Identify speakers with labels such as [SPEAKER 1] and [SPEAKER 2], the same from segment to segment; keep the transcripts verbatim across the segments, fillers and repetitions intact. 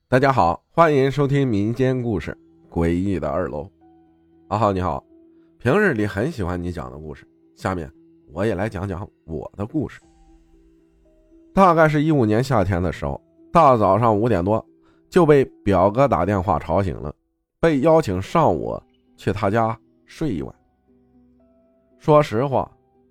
[SPEAKER 1] 大家好，欢迎收听民间故事《诡异的二楼》。阿浩你好，平日里很喜欢你讲的故事，下面我也来讲讲我的故事。大概是一五年夏天的时候，大早上五点多就被表哥打电话吵醒了，被邀请上午去他家睡一晚。说实话，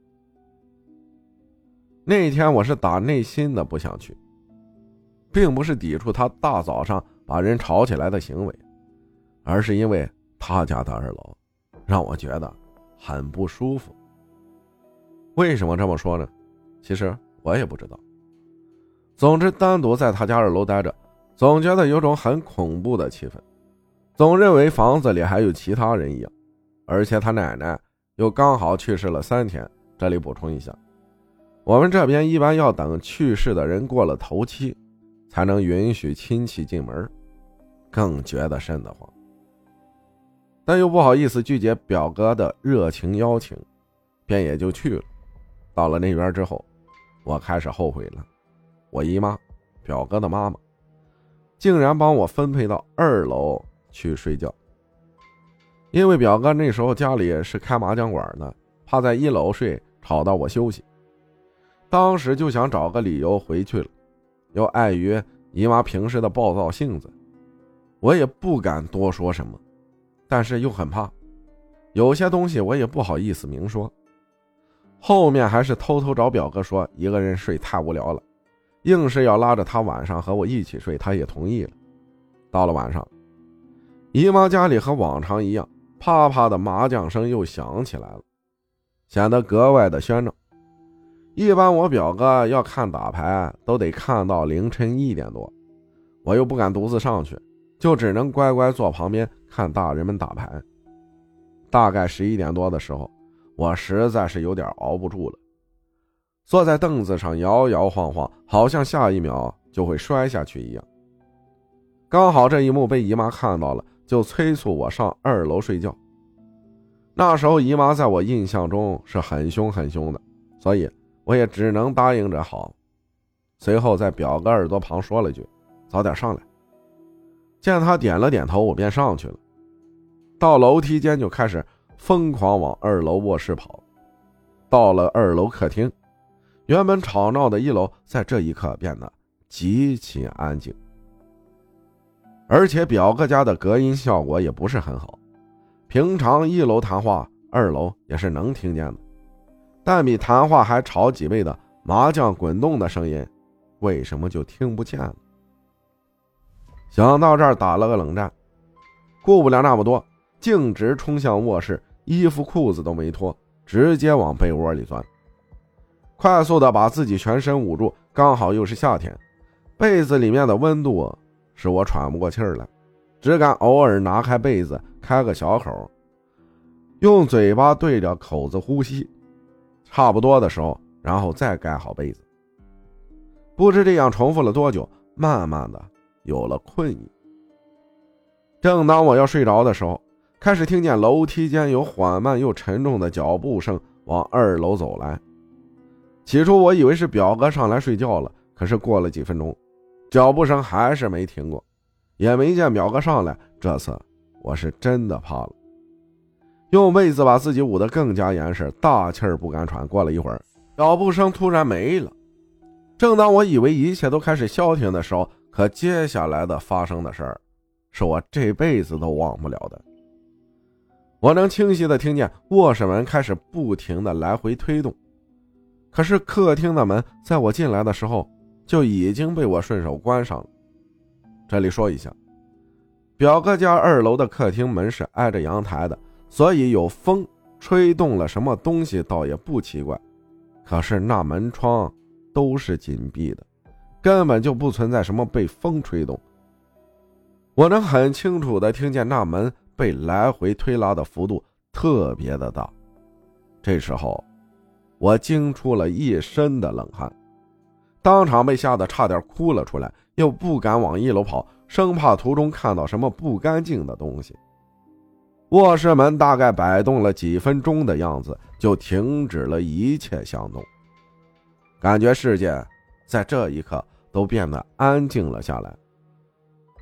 [SPEAKER 1] 那天我是打内心的不想去，并不是抵触他大早上把人吵起来的行为，而是因为他家的二楼让我觉得很不舒服。为什么这么说呢？其实我也不知道。总之单独在他家二楼待着，总觉得有种很恐怖的气氛，总认为房子里还有其他人一样。而且他奶奶又刚好去世了三天，这里补充一下，我们这边一般要等去世的人过了头七才能允许亲戚进门，更觉得瘆得慌，但又不好意思拒绝表哥的热情邀请，便也就去了。到了那边之后，我开始后悔了，我姨妈，表哥的妈妈，竟然帮我分配到二楼去睡觉。因为表哥那时候家里是开麻将馆的，怕在一楼睡吵到我休息，当时就想找个理由回去了，又碍于姨妈平时的暴躁性子，我也不敢多说什么，但是又很怕，有些东西我也不好意思明说。后面还是偷偷找表哥说一个人睡太无聊了，硬是要拉着他晚上和我一起睡，他也同意了。到了晚上，姨妈家里和往常一样，啪啪的麻将声又响起来了，显得格外的喧闹。一般我表哥要看打牌都得看到凌晨一点多，我又不敢独自上去，就只能乖乖坐旁边看大人们打牌。大概十一点多的时候，我实在是有点熬不住了，坐在凳子上摇摇晃晃，好像下一秒就会摔下去一样。刚好这一幕被姨妈看到了，就催促我上二楼睡觉。那时候姨妈在我印象中是很凶很凶的，所以我也只能答应着好。随后在表哥耳朵旁说了句早点上来，见他点了点头，我便上去了。到楼梯间就开始疯狂往二楼卧室跑。到了二楼客厅，原本吵闹的一楼在这一刻变得极其安静，而且表哥家的隔音效果也不是很好，平常一楼谈话二楼也是能听见的，但比谈话还吵几倍的麻将滚动的声音为什么就听不见了？想到这儿打了个冷战，顾不了那么多，径直冲向卧室，衣服裤子都没脱，直接往被窝里钻，快速的把自己全身捂住，刚好又是夏天，被子里面的温度使我喘不过气来，只敢偶尔拿开被子开个小口，用嘴巴对着口子呼吸，差不多的时候然后再盖好被子。不知这样重复了多久，慢慢的有了困意。正当我要睡着的时候，开始听见楼梯间有缓慢又沉重的脚步声往二楼走来。起初我以为是表哥上来睡觉了，可是过了几分钟，脚步声还是没停过，也没见表哥上来。这次我是真的怕了，用被子把自己捂得更加严实，大气儿不敢喘。过了一会儿，脚步声突然没了。正当我以为一切都开始消停的时候，可接下来的发生的事儿是我这辈子都忘不了的。我能清晰地听见卧室门开始不停地来回推动，可是客厅的门在我进来的时候就已经被我顺手关上了。这里说一下，表哥家二楼的客厅门是挨着阳台的，所以有风吹动了什么东西倒也不奇怪，可是那门窗都是紧闭的，根本就不存在什么被风吹动。我能很清楚地听见那门被来回推拉的幅度特别的大。这时候我惊出了一身的冷汗，当场被吓得差点哭了出来，又不敢往一楼跑，生怕途中看到什么不干净的东西。卧室门大概摆动了几分钟的样子，就停止了一切响动，感觉世界在这一刻都变得安静了下来。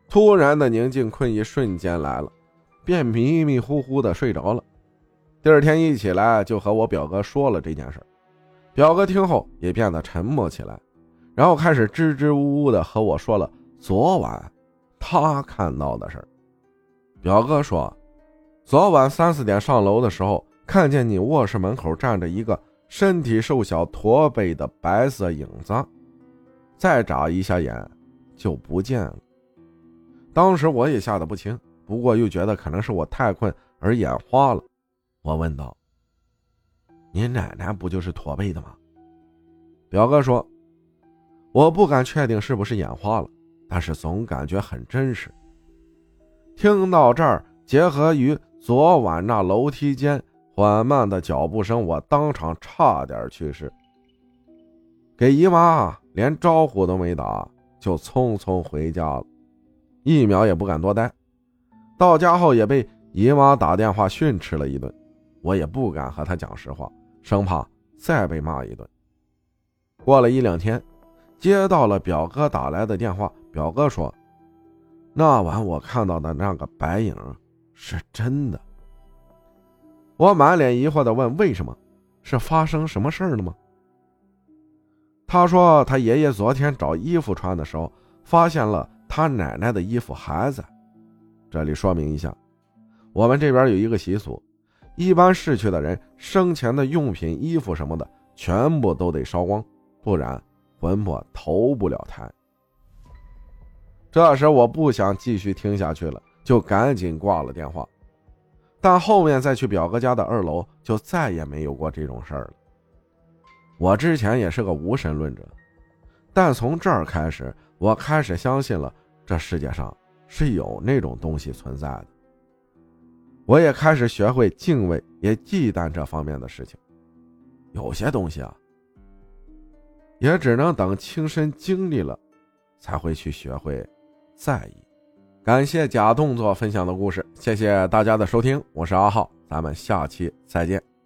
[SPEAKER 1] 突然的宁静困意瞬间来了，便迷迷糊糊的睡着了。第二天一起来就和我表哥说了这件事，表哥听后也变得沉默起来，然后开始支支吾吾的和我说了昨晚他看到的事儿。表哥说，昨晚三四点上楼的时候，看见你卧室门口站着一个身体瘦小驼背的白色影子，再眨一下眼就不见了。当时我也吓得不轻，不过又觉得可能是我太困而眼花了。我问道，你奶奶不就是驼背的吗？表哥说，我不敢确定是不是眼花了，但是总感觉很真实。听到这儿，结合于昨晚那楼梯间缓慢的脚步声，我当场差点去世，给姨妈连招呼都没打，就匆匆回家了，一秒也不敢多待。到家后也被姨妈打电话训斥了一顿，我也不敢和她讲实话，生怕再被骂一顿。过了一两天，接到了表哥打来的电话，表哥说，那晚我看到的那个白影是真的。我满脸疑惑地问，为什么？是发生什么事了吗？他说他爷爷昨天找衣服穿的时候，发现了他奶奶的衣服还在。这里说明一下，我们这边有一个习俗，一般逝去的人生前的用品、衣服什么的全部都得烧光，不然魂魄投不了胎。这时我不想继续听下去了，就赶紧挂了电话。但后面再去表哥家的二楼，就再也没有过这种事儿了。我之前也是个无神论者，但从这儿开始，我开始相信了这世界上是有那种东西存在的。我也开始学会敬畏，也忌惮这方面的事情。有些东西啊，也只能等亲身经历了，才会去学会在意。感谢假动作分享的故事，谢谢大家的收听，我是阿浩，咱们下期再见。